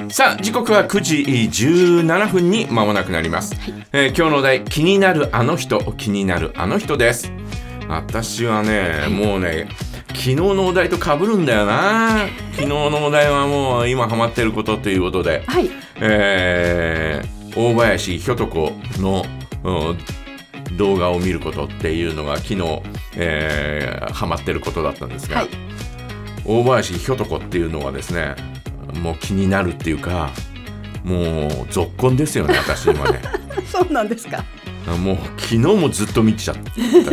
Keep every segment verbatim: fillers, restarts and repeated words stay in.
さあ時刻はくじじゅうななふんに間もなくなります、はい。えー、今日のお題、気になるあの人、気になるあの人です。私はね、はい、もうね昨日のお題と被るんだよな。昨日のお題はもう今ハマってることということで、はい、えー、大林ひょと子の、うん、動画を見ることっていうのが昨日、えー、ハマってることだったんですが、はい、大林ひょと子っていうのはですね、もう気になるっていうか、もうぞっこんですよね、私今ね。 そうなんですか。 もう昨日もずっと見ちゃった。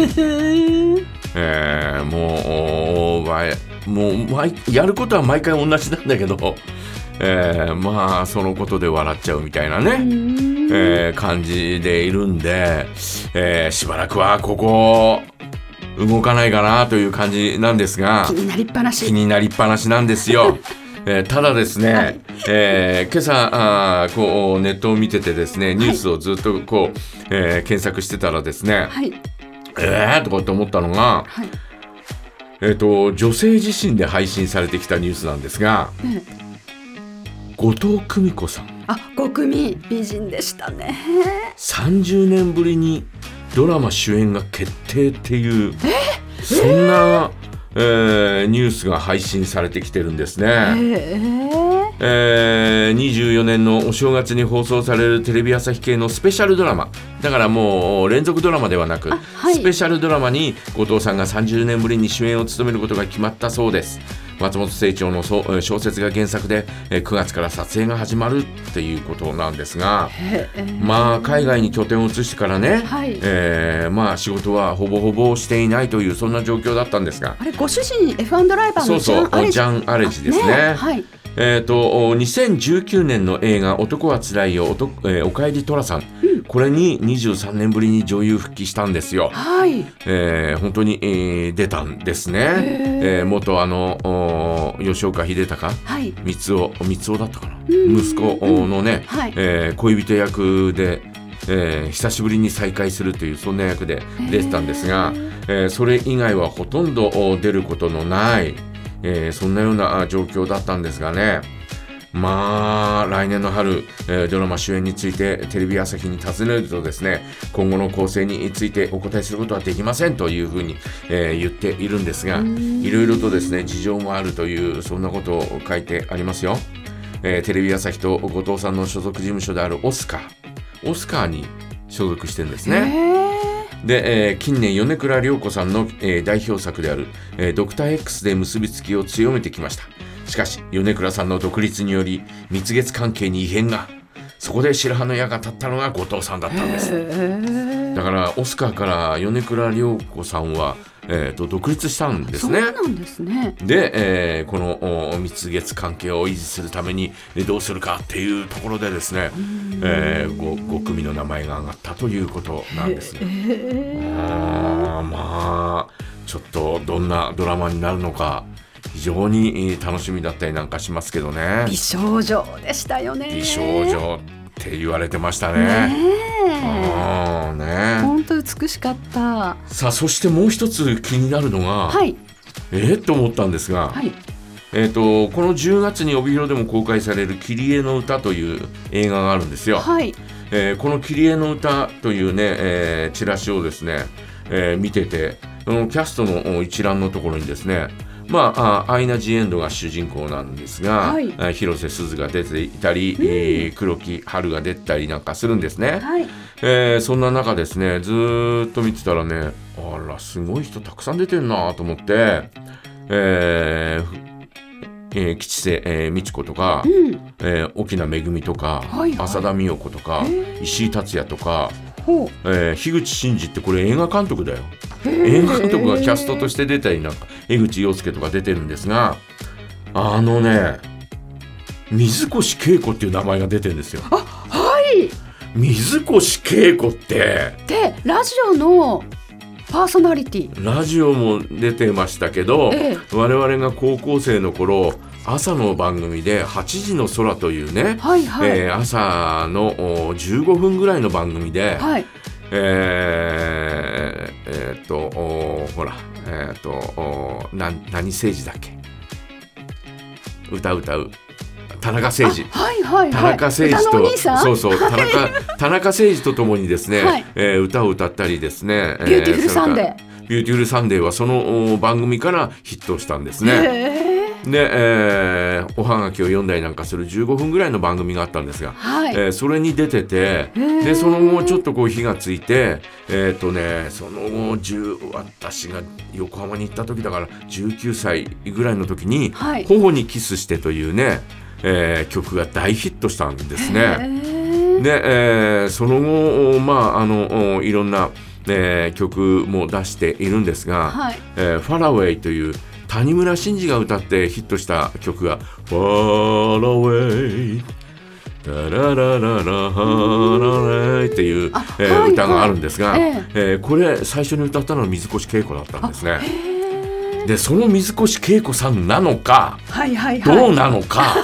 えー、もうもうやることは毎回同じなんだけど、えー、まあそのことで笑っちゃうみたいなね、えー、感じでいるんで、えー、しばらくはここ動かないかなという感じなんですが、 気になりっぱなし気になりっぱなしなんですよ。えー、ただですね、はい、えー、今朝あこうネットを見ててですね、ニュースをずっとこう、えー、検索してたらですね、はい、えーとかって思ったのが、はい、えーと女性自身で配信されてきたニュースなんですが、ね、後藤久美子さん、 あ、ご組美人でしたね。 さんじゅうねんぶりにドラマ主演が決定っていう、えそんな、えー、ニュースが配信されてきてるんですね。えーえー、にじゅうよねんのお正月に放送されるテレビ朝日系のスペシャルドラマだから、もう連続ドラマではなく、はい、スペシャルドラマに後藤さんがさんじゅうねんぶりに主演を務めることが決まったそうです。松本清張の小説が原作でくがつから撮影が始まるっていうことなんですが、まあ海外に拠点を移してからね、はい、えー、まあ仕事はほぼほぼしていないというそんな状況だったんですが、 あれご主人 エフワン ドライバーのジャン・アレジ、 そうそう、ジャン・アレジですね。ね、はい、えー、とにせんじゅうきゅうねんの映画男はつらいよ、おと、えー、おかえり寅さん、うん、これににじゅうさんねんぶりに女優復帰したんですよ。はい、えー、本当に、えー、出たんですね。えー、元あの吉岡秀隆、はい、三尾三尾だったかな、息子のね、うん、はい、えー、恋人役で、えー、久しぶりに再会するというそんな役で出てたんですが、えー、それ以外はほとんど出ることのない、えー、そんなような状況だったんですがね。まあ来年の春、えー、ドラマ主演についてテレビ朝日に尋ねるとですね、今後の構成についてお答えすることはできませんというふうに、えー、言っているんですが、いろいろとですね事情もあるというそんなことを書いてありますよ。えー、テレビ朝日と後藤さんの所属事務所であるオスカーオスカーに所属してるんですね。で、えー、近年米倉涼子さんの、えー、代表作である、えー、ドクター X で結びつきを強めてきました。しかし米倉さんの独立により蜜月関係に異変が、そこで白羽の矢が立ったのが後藤さんだったんです。だからオスカーから米倉涼子さんは、えー、と独立したんですね。 そうなんですね。 で、えー、この蜜月関係を維持するためにどうするかっていうところでですね、えー、5, 5組の名前が挙がったということなんですね。あまあちょっとどんなドラマになるのか非常に楽しみだったりなんかしますけどね。 美少女でしたよね。 美少女って言われてましたね。ねえ、ね、本当美しかった。 さあそしてもう一つ気になるのが、はい、えー、と思ったんですが、はい、えー、とこのじゅうがつに帯広でも公開されるキリエの歌という映画があるんですよ。はい、えー、このキリエの歌というね、えー、チラシをですね、えー、見てて、キャストの一覧のところにですね、まあ、アイナ・ジ・エンドが主人公なんですが、はい、広瀬すずが出ていたり、うん、えー、黒木華が出たりなんかするんですね。はい、えー、そんな中ですね、ずーっと見てたらね、あらすごい人たくさん出てるなと思って、えーえー、吉瀬、えー、美智子とか、うん、えー、沖縄めぐみとか、はいはい、浅田美代子とか、石井達也とか、えー、樋口真嗣ってこれ映画監督だよ。映画監督がキャストとして出たりなんか江口洋介とか出てるんですが、あのね水越恵子っていう名前が出てるんですよ。 あ、はい。 水越恵子ってでラジオのパーソナリティ、 ラジオも出てましたけど、ええ、我々が高校生の頃朝の番組ではちじの空というね、はいはい、えー、朝のじゅうごふんぐらいの番組で、はい、えー、えー、っとほらえー、っとな何政治だっけ、歌う歌う田中誠二、 はいはいはい、 田中誠二とそうそう田中、はい、田中誠二とともにですね、はい、えー、歌を歌ったりですね、 ビューティフルサンデービューティフルサンデーはその番組からヒットしたんですね。で、えー、おはがきを読んだりなんかするじゅうごふんぐらいの番組があったんですが、はい、えー、それに出てて、でその後ちょっとこう火がついて、えーとね、その後私が横浜に行った時だからじゅうきゅうさいぐらいの時に、はい、頬にキスしてというね、えー、曲が大ヒットしたんですね。で、えー、その後、まあ、あのいろんな、えー、曲も出しているんですが、はい、えー、ファラウェイという谷村新司が歌ってヒットした曲が Far Away タララララハラレイっていう、えーはいはい、歌があるんですが、えーえー、これ最初に歌ったのは水越恵子だったんですね。でその水越恵子さんなのか、はいはいはい、どうなのか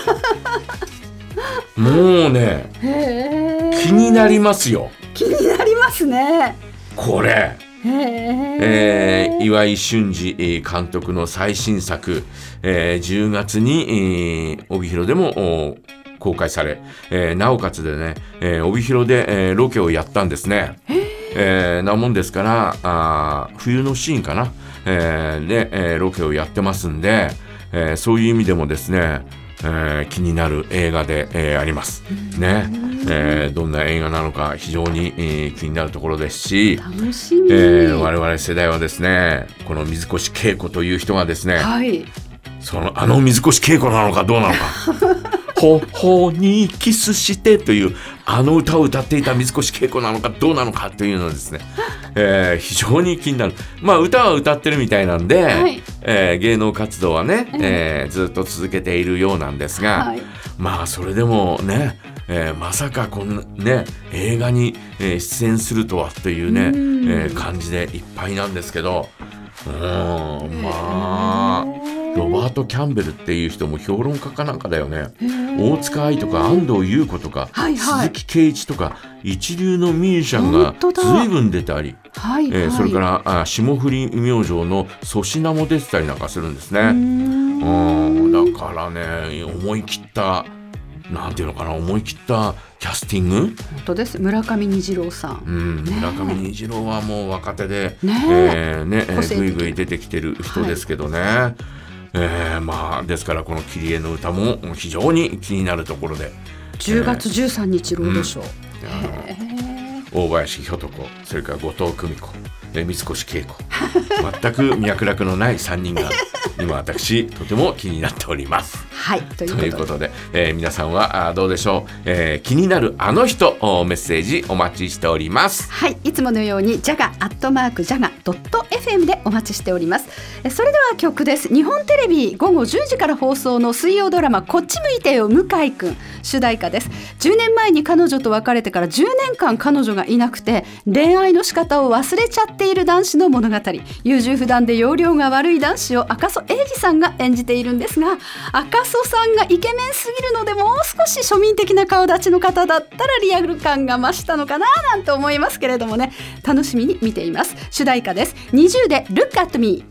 もうね気になりますよ。 気になりますねこれ。えー、岩井俊二監督の最新作、えー、じゅうがつに、えー、帯広でも公開され、えー、なおかつでね、えー、帯広で、えー、ロケをやったんですね。えー、なもんですからあ冬のシーンかな、えー、で、えー、ロケをやってますんで、えー、そういう意味でもですね、えー、気になる映画で、えー、ありますね。えー、どんな映画なのか非常に、えー、気になるところですし、 楽しみ、 えー、我々世代はですねこの水越恵子という人がですね、はい、そのあの水越恵子なのかどうなのかほほにキスしてというあの歌を歌っていた水越恵子なのかどうなのかというのはですね、えー、非常に気になる。まあ歌は歌ってるみたいなんで、はい、えー、芸能活動はね、えー、ずっと続けているようなんですが、はい、まあそれでもね、えー、まさかこんなね映画に、えー、出演するとはというね、えー、感じでいっぱいなんですけど、うーん、まあロバート・キャンベルっていう人も評論家かなんかだよね。大塚愛とか安藤優子とか、はいはい、鈴木圭一とか一流のミュージシャンが随分出たり、はいはい、えー、それからあ霜降り明星の粗品も出てたりなんかするんですね。うん、だからね思い切ったなんていうのかな思い切ったキャスティング。 本当です。村上虹郎さん、 うんね、村上虹郎はもう若手でねえーねえー、ぐいぐい出てきてる人ですけどね、はい、えー、まあですからこのキリエの歌も非常に気になるところでじゅうがつじゅうさんにちロードショー、 うん、大林ひょと子、それから後藤久美子、水越恵子全く脈絡のないさんにんが今私とても気になっております。 はい、ということで、 ということで、えー、皆さんはどうでしょう、えー、気になるあの人メッセージお待ちしております。 はい、いつものようにジャガアットマークジャガドット エフエム でお待ちしております。それでは曲です。日本テレビ午後じゅうじから放送の水曜ドラマこっち向いてよ向井くん、主題歌です。じゅうねんまえに彼女と別れてからじゅうねんかん彼女がいなくて恋愛の仕方を忘れちゃっている男子の物語。優柔不断で容量が悪い男子を赤楚衛二さんが演じているんですが、赤楚さんがイケメンすぎるのでもう少し庶民的な顔立ちの方だったらリアル感が増したのかななんて思いますけれどもね、楽しみに見ています。主題歌です。にじゅうで Look at me。